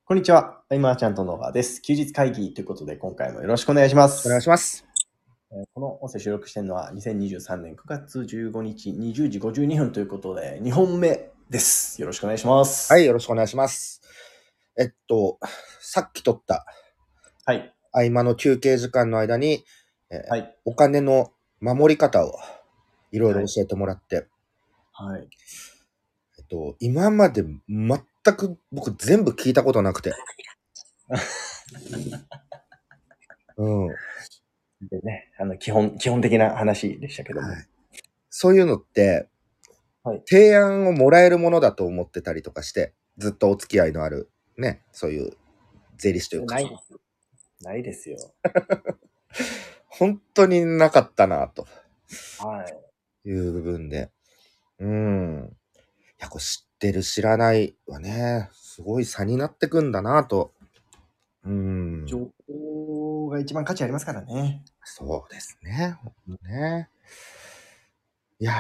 こんにちは。今ちゃんと野川です。休日会議ということで、今回もよろしくお願いしまお願いしす。 ます。 この音声収録しているのは2023年9月15日20時52分ということで、2本目です。よろしくお願いします。 はい、よろしくお願いします。さっき取ったはい。 合間の休憩時間の間に、 はい。 お金の守り方をいろいろはい。 教えてもらって、 はい。 今まで全く僕全部聞いたことなくて。うん。はでね、基本的な話でしたけども。 い。そういうのって、 はい。 提案をもらえるものだと思ってたりとかして、ずっとお付き合いのある、ね、そういう税理士というか、 ないです。ないですよ。 本当になかったな、とはい。 いう部分で。いや、これ知ってる知らないはね、すごい差になってくんだなと。 情報が一番価値ありますからね。 そうですね。ほんとね。いや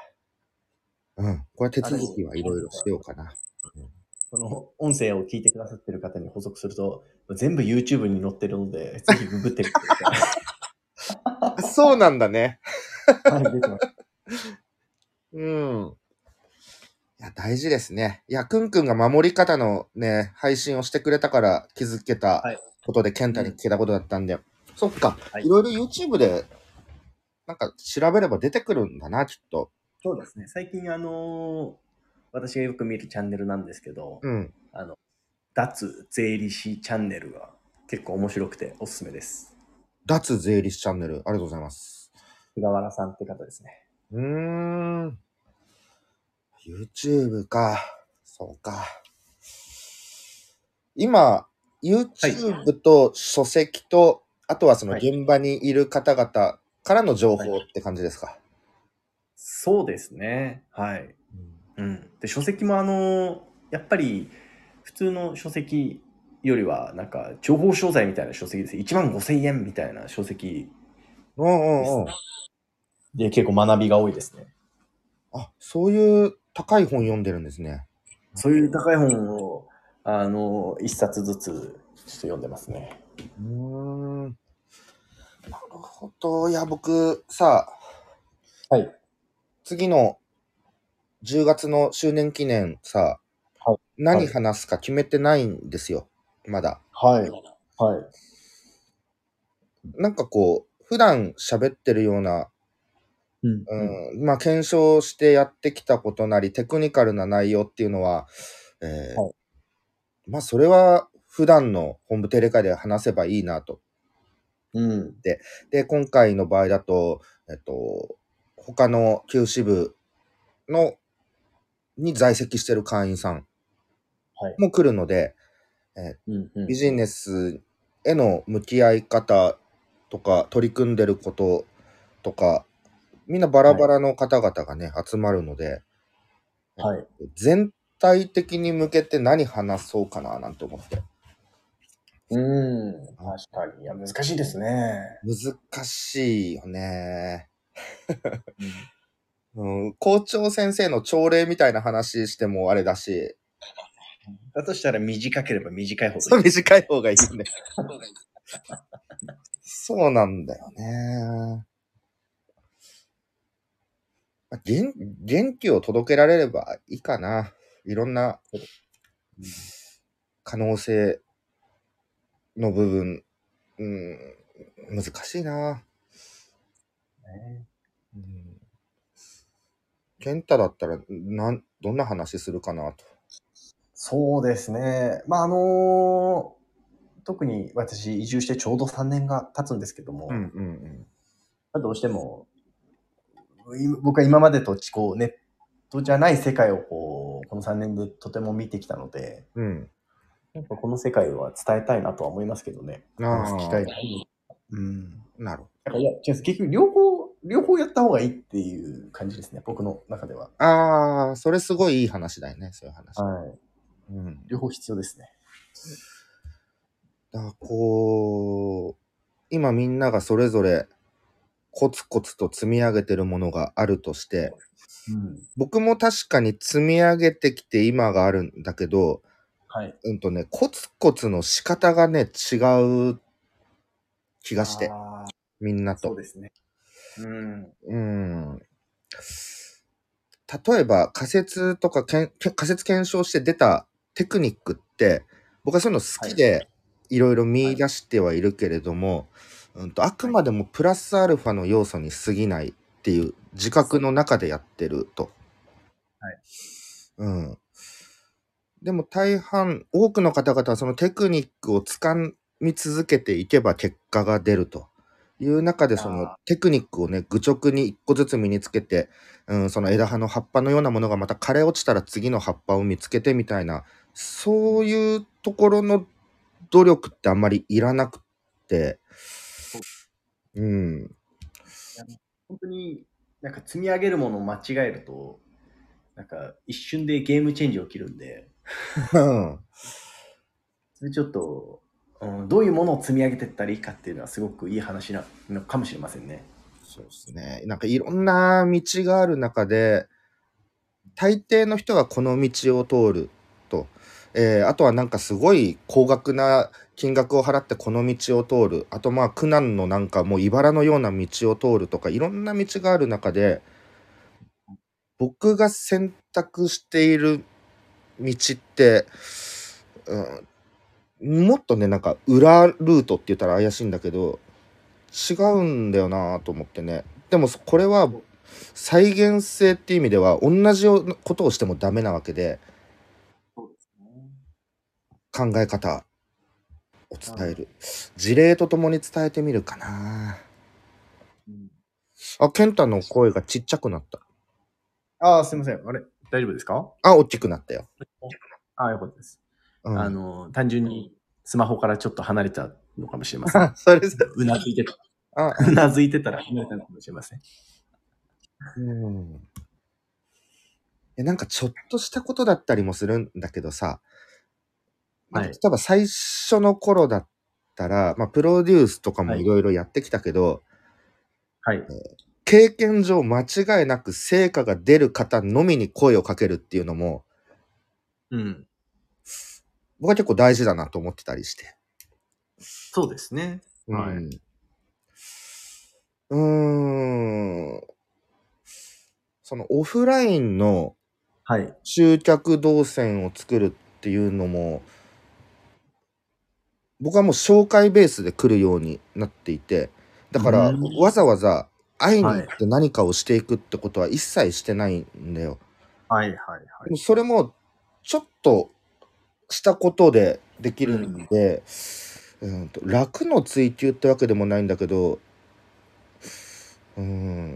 これ手続きはいろいろしようかな。 この音声を聞いてくださってる方に補足すると、全部 YouTube に載ってるので、ぜひググってみてくださそうなんだね。 い。はい、出てます。 いや、大事ですね。いや、くんくんが守り方のね、配信をしてくれたから気づけたはい。 ことで、ケンタに聞けたことだったんで。そっか。 はい。 いろいろ YouTube で、なんか調べれば出てくるんだな、きっと。 そうですね。最近、私がよく見るチャンネルなんですけど、 うん。 あの、脱税理士チャンネルが結構面白くておすすめです。 脱税理士チャンネル、ありがとうございます。 菅原さんって方ですね。 YouTube か。そうか。今、 はい。 YouTube と書籍と、あとはそのはい。 現場にいる方々からの情はい。 報って感じですか。 そうですね。はい。うん。で、書籍もやっぱり普通の書籍よりは、なんか情報商材みたいな書籍です。1万5千円みたいな書籍うんですね。 うんうん。 で、結構学びが多いですね。 あ、そういう高い本読んでるんですね。 そういう高い本を、一冊ずつちょっと読んでますね。 うーん。なるほど。いや、僕さ、 はい。 次の10月の周年記念さ、 はい。は何い。 話すか決めてないんですよ。まだ。 はい。はい。 なんかこう、普段喋ってるようなうん。うん。 まあ、検証してやってきたことなり、テクニカルな内容っていうのは、えはい。 まあ、それは普段の本部定例会で話せばいいなと。 うん。 で、今回の場合だと、他の旧支部の、に在籍してる会員さんはい。 も来るので、えーうん。うん。 ビジネスへの向き合い方とか、取り組んでることとか、みんなバラはい。 バラの方々がね、集まるので、 はい。 全体的に向けて何話そうかななんて思って。 確かに。いや、難しいですね。 難しいよね。 うん。 校長先生の朝礼みたいな話してもあれだし、 だとしたら短ければ短いほどいそういですよね。 短い方がいいよね。そうなんだよね。まあ元気を届けられればいいかな。いろんなうん。 可能性の部分、うん、難しいな。 ね。 うん、健太だったら、どんな話するかなと。 そうですね。まあ、特に私、移住してちょうど3年が経つんですけども、 うんうんどうしても、僕は今までとこうネットじゃない世界をこの3年でとても見てきたので、 うん。 やっぱこの世界は伝えたいなとは思いますけどね。 うん。 話す機ああ、 会がある。うん。 なるほいや、違うんです。結局両方やった方がいいっていう感じですね。僕の中では。 ど。ああ、それすごいいい話だよね、そういう話。 はい。 うん。 両方必要ですね。 だからこう、今みんながそれぞれコツコツと積み上げてるものがあるとして、 うん。 僕も確かに積み上げてきて今があるんだけど、 はい。 コツコツの仕方がね、違う気がして、 ああ、 みんなと。 そうですね。うん。 うん。例えば仮説とか仮説検証して出たテクニックって、僕はそういうの好はい。 きでいろいろはい。 見出してはいるけれども、あくはい。 までもプラスアルファの要素に過ぎないっていう自覚の中でやってると。 はい。 うん。でも大半、多くの方々はそのテクニックをつかみ続けていけば結果が出るという中で、そのああ、 テクニックをね、愚直に一個ずつ身につけて、その枝葉の葉っぱのようなものがまた枯れ落ちたら次の葉っぱを見つけてみたいな、そういうところの努力ってあんまりいらなくて、 そう。 うん。 いや、本当になんか積み上げるものを間違えると、なんか一瞬でゲームチェンジ起きるんで、 うん。 それちょっと、どういうものを積み上げていったらいいかっていうのはすごくいい話なのかもしれませんね。 そうですね。なんかいろんな道がある中で、大抵の人はこの道を通ると。あとはなんかすごい高額な金額を払ってこの道を通る。あとまあ苦難のなんかもう茨のような道を通るとかいろんな道がある中で、僕が選択している道って、もっとね、なんか裏ルートって言ったら怪しいんだけど、違うんだよなと思ってね。でもこれは再現性っていう意味では同じようなことをしてもダメなわけで、 そうですね。 考え方をうん。 伝える。事例とともに伝えてみるかな。 うん。 あ、ケンタの声がちっちゃくなった。 ああ、すみません。あれ、大丈夫ですか？ あ、大きくなったよ。 ああ、よかったです。 うん。 単純にスマホからちょっと離れたのかもしれません。 あ、それさ、 うなずいてた。 あ、 うあ、 なずいてたら離れたのかもしれません。 うん。なんかちょっとしたことだったりもするんだけどさ、なんかはい。 例えば最初の頃だったら、まあ、プロデュースとかもはい。 いろいろやってきたけど、 はい。 経験上間違いなく成果が出る方のみに声をかけるっていうのも、 うん。 僕は結構大事だなと思ってたりして。 そうですね。はい。 うん。うーん。そのオフラインのはい。 集客動線を作るっていうのも、僕はもう紹介ベースで来るようになっていて、だうからーん。 わざわざ会いにはい。 行って何かをしていくってことは一切してないんだよ。 はいはいはいでもそはい。 れもちょっとしたことでできるうん。 んで、楽の追求ってわけでもないんだけど、うん、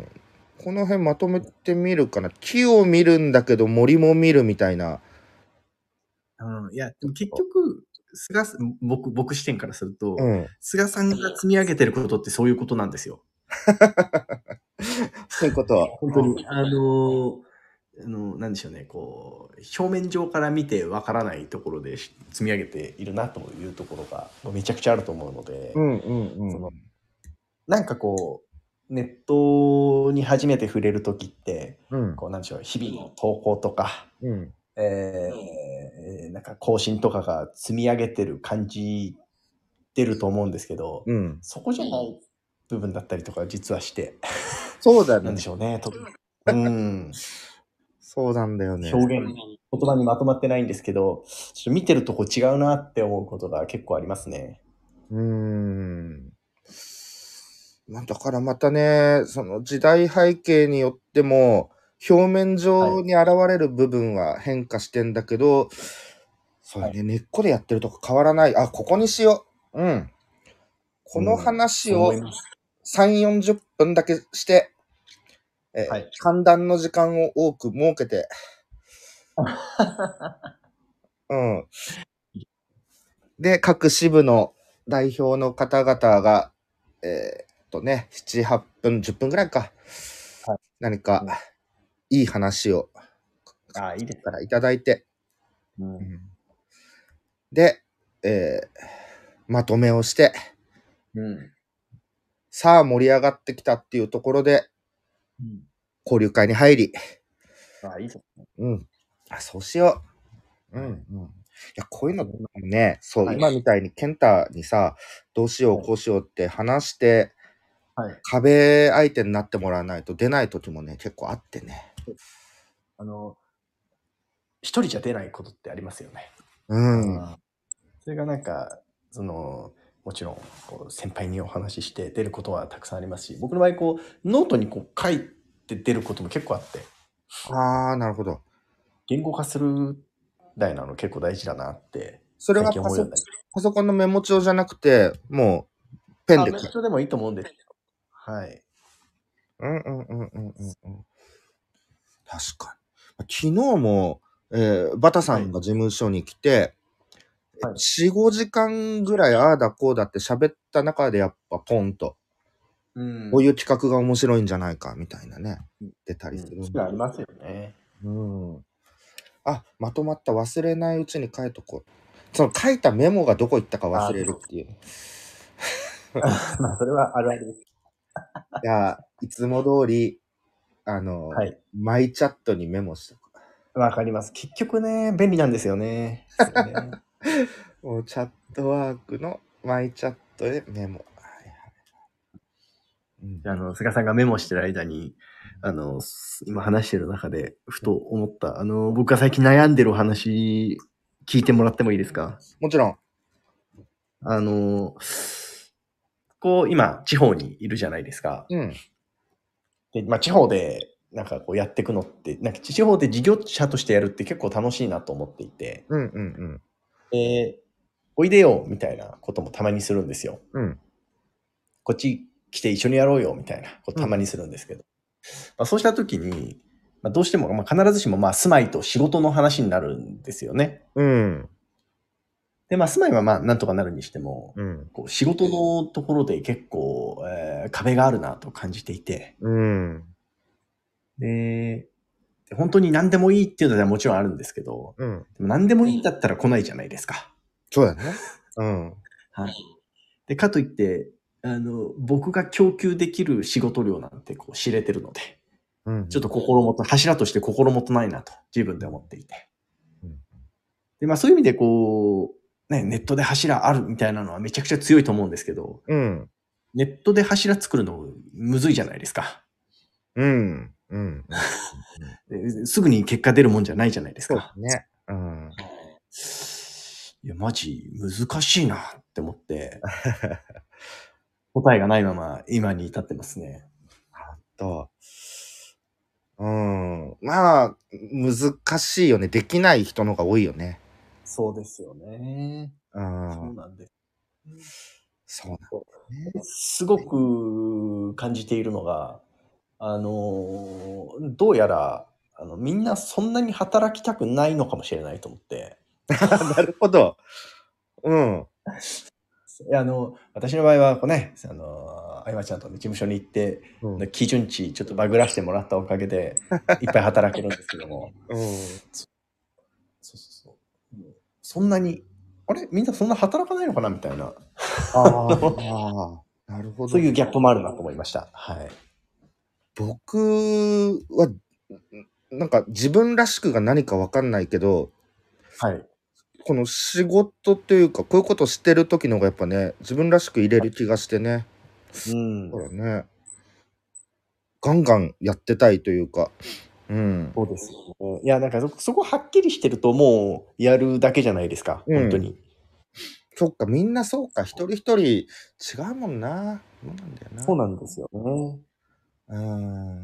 この辺まとめてみるかな。木を見るんだけど森も見るみたいな。 うん、いや、でも結局、僕視点からすると、 うん。 菅さんが積み上げてることってそういうことなんですよ。 そういうことは。 本当に。なんでしょうね、こう、表面上から見てわからないところで積み上げているなというところがめちゃくちゃあると思うので、 うんうんうん。 その、なんかこう、ネットに初めて触れるときって、 うん。 こう、なんでしょう、日々の投稿とか、 うん。 なんか更新とかが積み上げてる感じてると思うんですけど、 うん。 そこじゃない部分だったりとか実はして、 そうだね。 なんでしょうね、うん、 そうなんだよね。 表現、言葉にまとまってないんですけど、ちょっと見てるとこ違うなって思うことが結構ありますね。 うーん。まあ、だからまたね、その時代背景によっても、表面はい。 上に現れる部分は変化してんだけど、そうはい。 だね、根っこでやってるとこ変わらない。あ、ここにしよう。うん。このうん、 話をそう思います。 3、40分だけして、 はい。 歓談の時間を多く設けて、うん。で、各支部の代表の方々が、7、8分、10分ぐらいか。 はい。 何かうん。 いい話をああ、いいですね。 からいただいて、 うん。 うん、で、えまとめをして、 うん。 さあ盛り上がってきたっていうところで、 うん。 交流会に入り、 ああ、いいですね。 うん。そうしよう。うん、 はい。 うん。 や、こういうのね、そう、 はい。 今みたいに健太にさ、どうしよう、 はい。 こうしようって話して、 はい。 壁相手になってもらわないと出ない時もね、結構あってね。 あの、一人じゃ出ないことってありますよね。 うん。 あーそれがなんか、もちろん、先輩にお話しして出ることはたくさんありますし、僕の場合、ノートに書いて出ることも結構あって、 ああ、なるほど。 言語化するみたいなの結構大事だなって、 それ最は近思うようになりパソコンのメモ帳じゃなくて、もう、ペンでメモ帳でもいいと思うんですけど、はい。 うんうんうんうんうんうん。確かに。昨日も、バタさはい。 んが事務所に来て、 はい。 4、5時間ぐらいああだこうだって喋った中でやっぱポンと、 うん。 こういう企画が面白いんじゃないかみたいなね、出たうん。 りするんで。 それありますよね。 うん。あ、まとまった。忘れないうちに書いとこう。その書いたメモがどこ行ったか忘れるっていう。 まあ、それはあるあるです。 いや、いつも通り、 はい。 マイチャットにメモしとく。 わかります。結局ね、便利なんですよね。それね。 もうチャットワークのマイチャットでメモ。はいはい。うん、 菅さんがメモしてる間に、今話してる中で、ふと思った、僕が最近悩んでるお話、聞いてもらってもいいですか？ もちろん。 あの、今、地方にいるじゃないですか。 うん。 で、まあ、地方で、やっていくのって、地方で事業者としてやるって結構楽しいなと思っていて、 うんうんで、おいでよ、みたいなこともたまにするんですよ。 うん。うん。 こっち来て一緒にやろうよ、みたいなことうん。 たまにするんですけど。まあ、そうしたときに、まあ、どうしても、まあ、必ずしも住まいと仕事の話になるんですよね。 うん。 で、住まいはなんとかなるにしても、 うん。 仕事のところで結構、壁があるなと感じていて、 うん。 で、本当に何でもいいっていうのはもちろんあるんですけど、 うん。 でも何でもいいんだったら来ないじゃないですか。 そうだね。うん。 はい。で、かといって、僕が供給できる仕事量なんて知れてるので、 うん。 ちょっと柱として心もとないなと自分で思っていて。 うん。 で、まあそういう意味でネットで柱あるみたいなのはめちゃくちゃ強いと思うんですけど、 うん。 ネットで柱作るのむずいじゃないですか。 うん。うん。 すぐに結果出るもんじゃないじゃないですそうだか。 ね。うん。 いや、マジ難しいなって思って、答えがないまま今に至ってますね。 と、うん。まあ、難しいよね。できない人の方が多いよね。 そうですよね。 うん。 そうなんです。 そうなんね。 すごく感じているのが、どうやら、みんなそんなに働きたくないのかもしれないと思って。 なるほど。うん。 いや、私の場合は、あいまちゃんとの事務所に行って、 うん。 基準値ちょっとバグらしてもらったおかげで、いっぱい働けるんですけども、 うん。 そうそうそう。そんなに、あれみんなそんな働かないのかなみたいな、 ああ、なるほど。 そういうギャップもあるなと思いました。はい。 僕は、なんか自分らしくが何かわかんないけど、 はい。 この仕事というか、こういうことしてる時の方がやっぱね、自分らしく入れる気がしてね。 うん。 そうだね。ガンガンやってたいというか。うん。 そうですよね。いや、そこはっきりしてるともうやるだけじゃないですか。 うん。 本当に。 そっか、みんなそうか。一人一人違うもんな。そうなんだよな。 そうなんですよね。 うん。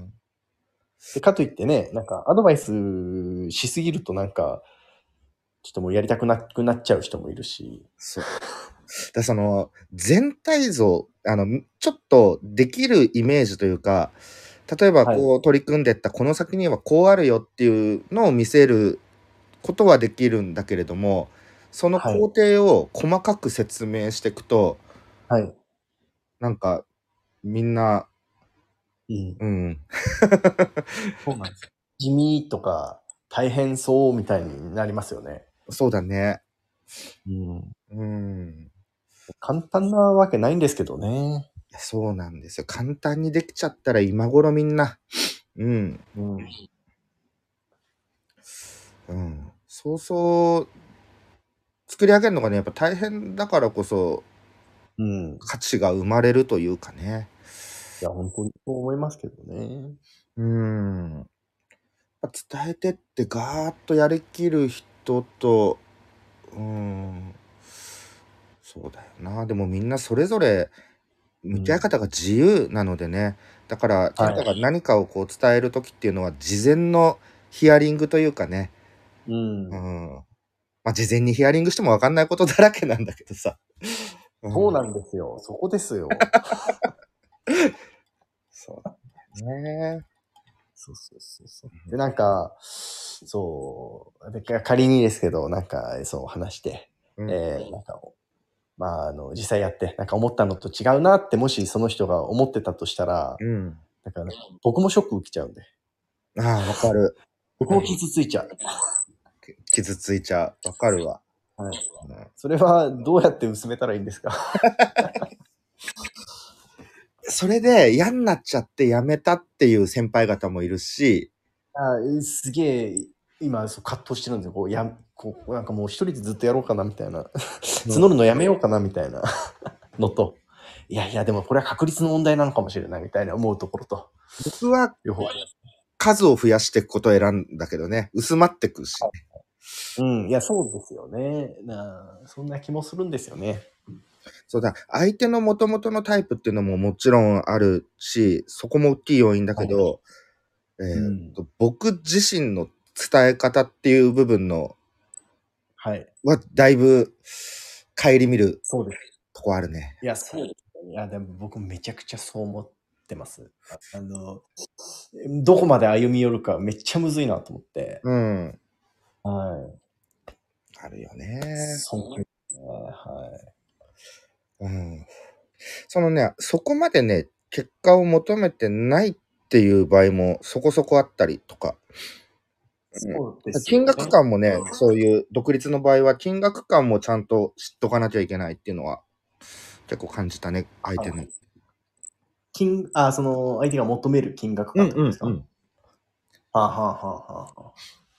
で、かといってね、アドバイスしすぎるとちょっともうやりたくなくなっちゃう人もいるし。 そう。その、全体像、ちょっとできるイメージというか、例えばはい。 こう取り組んでったこの先にはこうあるよっていうのを見せることはできるんだけれども、そのはい。 工程を細かく説明していくと、 はい。 なんかみんな、 うん。 うん。 そうなんですよ。地味とか大変そうみたいになりますよね。 そうだね。 うん。 うん。 簡単なわけないんですけどね。 そうなんですよ。簡単にできちゃったら今頃みんな、うん。 うん。 うん。そうそう作り上げるのがね、やっぱ大変だからこそ、 うん。 価値が生まれるというかね。 いや、本当にそう思いますけどね。 伝えてってガーッとやりきる人と、そうだよな。でもみんなそれぞれ向き合い方が自由なのでね。だから、健太が何かをこう伝える時っていうのは、事前のヒアリングというかね。 うん。 事前にヒアリングしても分かんないことだらけなんだけどさ。 そうなんですよ。そこですよ。 そうだね。 そうそうそうそう。で、なんか、そう、で仮にですけど、なんか、そう話して、なんか、実際やって、なんか思ったのと違うなって、もしその人が思ってたとしたら、なんか、僕もショック受けちゃうんで。 ああ、わかる。 僕も傷ついちゃう。 傷ついちゃう。わかるわ。 はい。それはどうやって薄めたらいいんですか？ それで嫌になっちゃって辞めたっていう先輩方もいるし、 すげえ、今、葛藤してるんですよ。なんかもう一人でずっとやろうかなみたいな。募るのやめようかなみたいなのと、いやいや、でもこれは確率の問題なのかもしれないみたいな思うところと。 僕は両方。 数を増やしていくことを選んだけどね、薄まってくし。 うん、いや、そうですよね。そんな気もするんですよね。 そうだ、相手の元々のタイプっていうのももちろんあるし、そこも大きい要因だけど、僕自身の伝え方っていう部分の、はだいぶ顧みるそうです。 とこあるね。 いや、そうですよね。いや、でも僕めちゃくちゃそう思ってます。どこまで歩み寄るかめっちゃむずいなと思って。はい。 あるよね。 そうですね。はい。 そのね、そこまでね、結果を求めてないっていう場合もそこそこあったりとか。 そうです金よね。 額感もね、そういう独立の場合は金額感もちゃんと知っとかなきゃいけないっていうのは結構感じたね、相手の。 その相手が求める金額感ってことですか？はあ、はあはあはあ。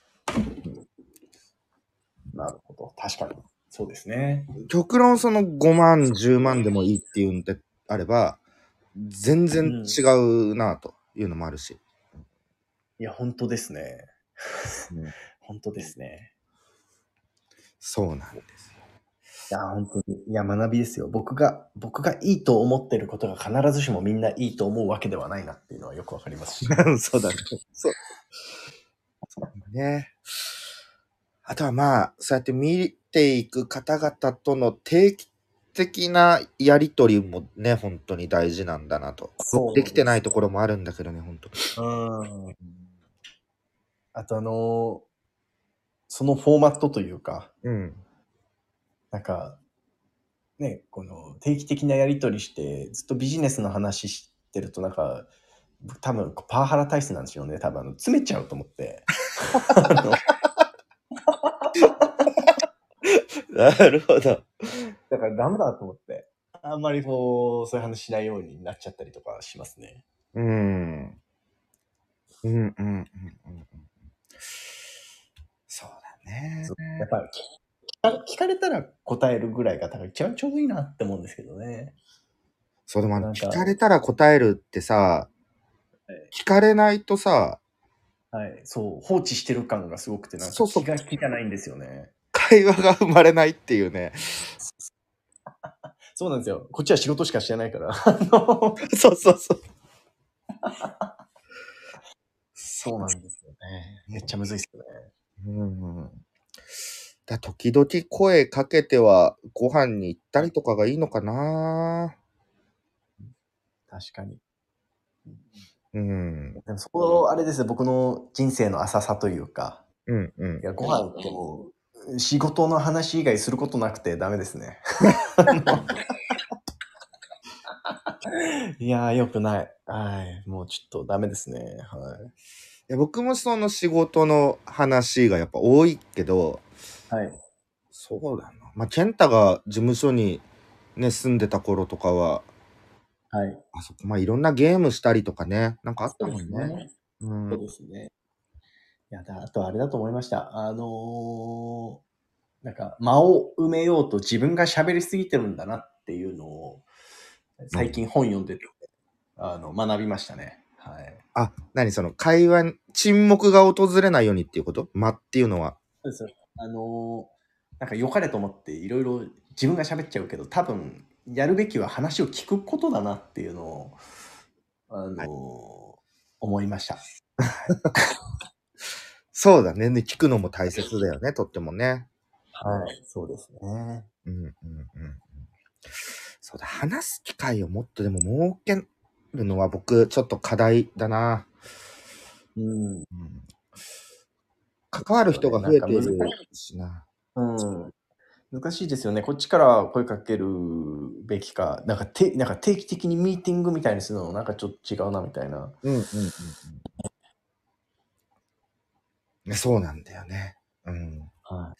なるほど。確かに。そうですね。 極論その5万、10万でもいいっていうんであれば、全然違うなというのもあるし。 いや、本当ですね。本当ですね。 そうなんですよ。 いや、本当に。いや、学びですよ。僕がいいと思ってることが必ずしもみんないいと思うわけではないなっていうのはよくわかりますし。 そうだね。そう。そうね。あとはそうやって見ていく方々との定期的なやりとりもね、本当に大事なんだなと。できてないところもあるんだけどね、本当。 あとそのフォーマットというか、なんか、ね、この定期的なやりとりして、ずっとビジネスの話してるとなんか、多分パワハラ体質なんですよね。多分詰めちゃうと思って。 なるほど。 だからダメだと思って。あんまりそういう話しないようになっちゃったりとかしますね。 そうだね。 やっぱり聞かれたら答えるぐらいが多分一番ちょうどいいなって思うんですけどね。 そうでも聞かれたら答えるってさ、聞かれないとさ、 そう、放置してる感がすごくて、なんか気が利かないんですよね。 会話が生まれないっていうね。 そうなんですよ。こっちは仕事しかしてないから。 そう。 そうなんですよね。めっちゃむずいっすよね。 時々声かけてはご飯に行ったりとかがいいのかな。 確かに。 でもあれですね、僕の人生の浅さというか、いや、ご飯ってもう、仕事の話以外することなくてダメですね。いやー、よくない。はい。もうちょっとダメですね。はい。 いや僕もその仕事の話がやっぱ多いけど、そうだな。健太が事務所にね、住んでた頃とかは、あそこ、いろんなゲームしたりとかね、なんかあったもんね。 そうですね。いや、あとあれだと思いました。 なんか間を埋めようと自分が喋りすぎてるんだなっていうのを最近本読んでて、学びましたね。はい。 あ、何その会話、沈黙が訪れないようにっていうこと間っていうのは。 そうです。なんか良かれと思っていろいろ自分が喋っちゃうけど、多分やるべきは話を聞くことだなっていうのを、 はい、 思いました。 そうだね。聞くのも大切だよね、とってもね。 はい、そうですね。 うんうんうん。そうだ、話す機会をもっとでも設けるのは僕、ちょっと課題だな。 うん。 うん、関わる人がなんか難し増えているしな。 い。うん。難しいですよね。こっちから声かけるべきか、なんか定期的にミーティングみたいにするのなんかちょっと違うなみたいな。 うんうんうんうん。そうなんだよね。うん。 は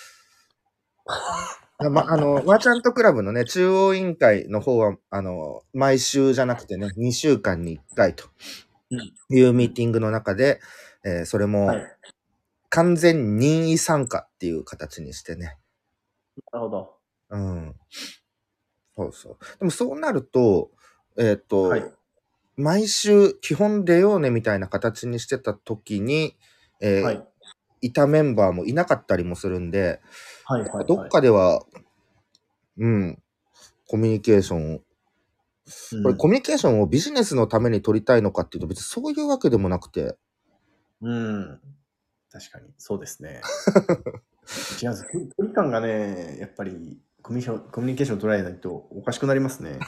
マーチャントクラブのね、中央委員会の方は、毎週じゃなくてね、2週間に1回とい。うん。 いうミーティングの中で、それもはい。 完全任意参加っていう形にしてね。 なるほど。 うん。そうそう。でもそうなると、 はい。 毎週基本出ようねみたいな形にしてた時に、 はい。 いたメンバーもいなかったりもするんで、 はいはいどっはい。 かでは、うん、コミュニケーションを、これコうん。 ミュニケーションをビジネスのために取りたいのかっていうと別にそういうわけでもなくて、 うん。確かに。そうですね。違うんです。距離感がね、やっぱりコミュニケーション取られないとおかしくなりますね。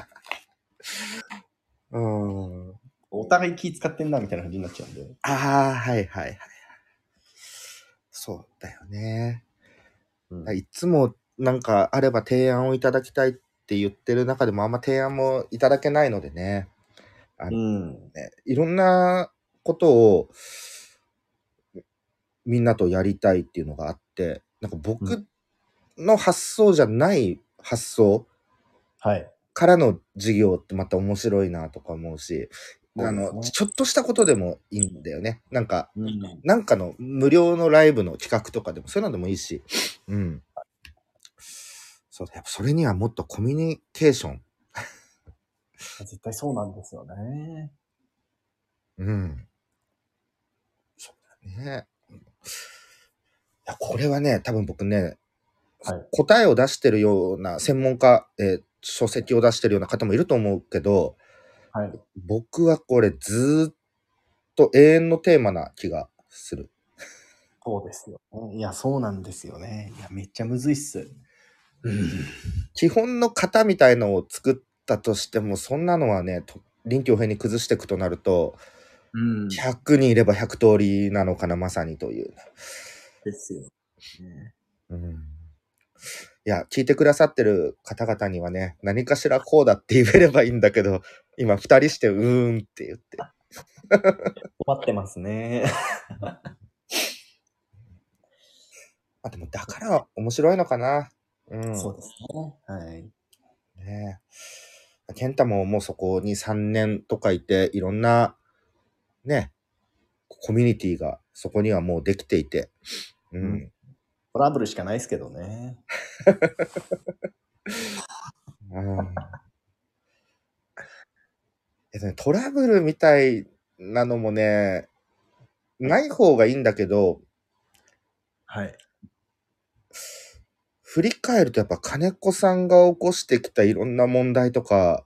うーん。 お互い気使ってんなみたいな感じになっちゃうんで。 ああ、はいはいはい。そうだよね。 うん。 いつもなんかあれば提案をいただきたいって言ってる中でもあんま提案もいただけないのでね。あのうん。 ね、いろんなことをみんなとやりたいっていうのがあって、なんかうん。 僕の発想じゃない発想はい。 からの事業ってまた面白いなとか思うし、 そうですね。 ちょっとしたことでもいいんだよね。 うん。 なんかの無料のライブの企画とかでもそういうのでもいいし、うん。そうだ、やっぱそれにはもっとコミュニケーション。 絶対そうなんですよね。 うん。そうだね。いや、これはね、多分僕ね、 はい。 答えを出してるような専門家、書籍を出してるような方もいると思うけど、 はい。 僕はこれずっと永遠のテーマな気がする。 そうですよね。いや、そうなんですよね。いや、めっちゃむずいっす。うん。 基本の型みたいのを作ったとしても、そんなのはね、臨機応変に崩していくとなると、 うん。 100人いれば100通りなのかな、まさにという。 ですよね。 うん、いや、聞いてくださってる方々にはね、何かしらこうだって言えればいいんだけど、今二人してうーんって言って。 困ってますね。 あ、でもだから面白いのかな。うん。 そうですね。はい。 ねえ。健太ももうそこに3年とかいて、いろんなね、コミュニティがそこにはもうできていて。ううん。 ん。 トラブルしかないですけどね。 うん。トラブルみたいなのもね、 はい。 ない方がいいんだけど、 はい。 振り返るとやっぱ金子さんが起こしてきたいろんな問題とか、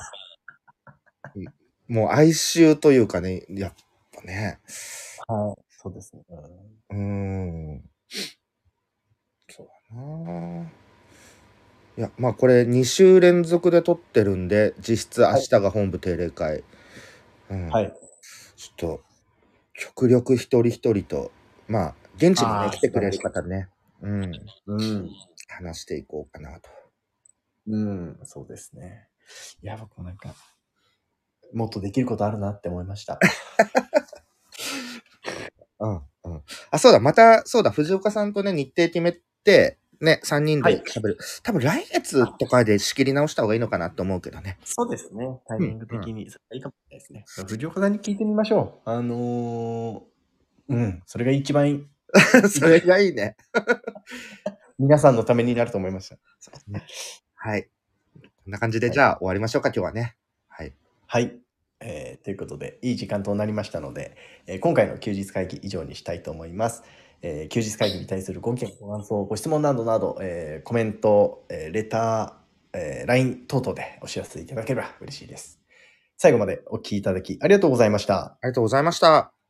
もう哀愁というかね、やっぱね、 はい。そうですね。 うーん、そうだな。いや、まあこれ2週連続で撮ってるんで、実質明はい。 日が本部定例会。うん。 はい。 ちょっと、極力一人一人と、まあ、現地にね、 ああ、 来てくれる素晴らしい。 方ね、うん、 うん。 話していこうかなと。 うん。そうですね。いや、僕もなんか、もっとできることあるなって思いました。 うん、うん。あ、そうだ、また、そうだ、藤岡さんとね、日程決めて、ね、3人はい。 で喋る。多分来月あ、 とかで仕切り直した方がいいのかなと思うけどね。 そうですね。タイミンうん、うん。 グ的に。それがいいかもしれないですね。藤岡さんに聞いてみましょう。うん。それが一番それがいいね。 皆さんのためになると思いました。 そうですね。はい。こんな感じで、 はいじゃあ終わりましょうか、今日はね。はい。 はい。ということで、いい時間となりましたので、今回の休日会議以上にしたいと思います。休日会議に対するご意見、ご感想、ご質問などなど、コメント、レター、LINE 等々でお知らせいただければ嬉しいです。最後までお聞きいただきありがとうございました。 ありがとうございました。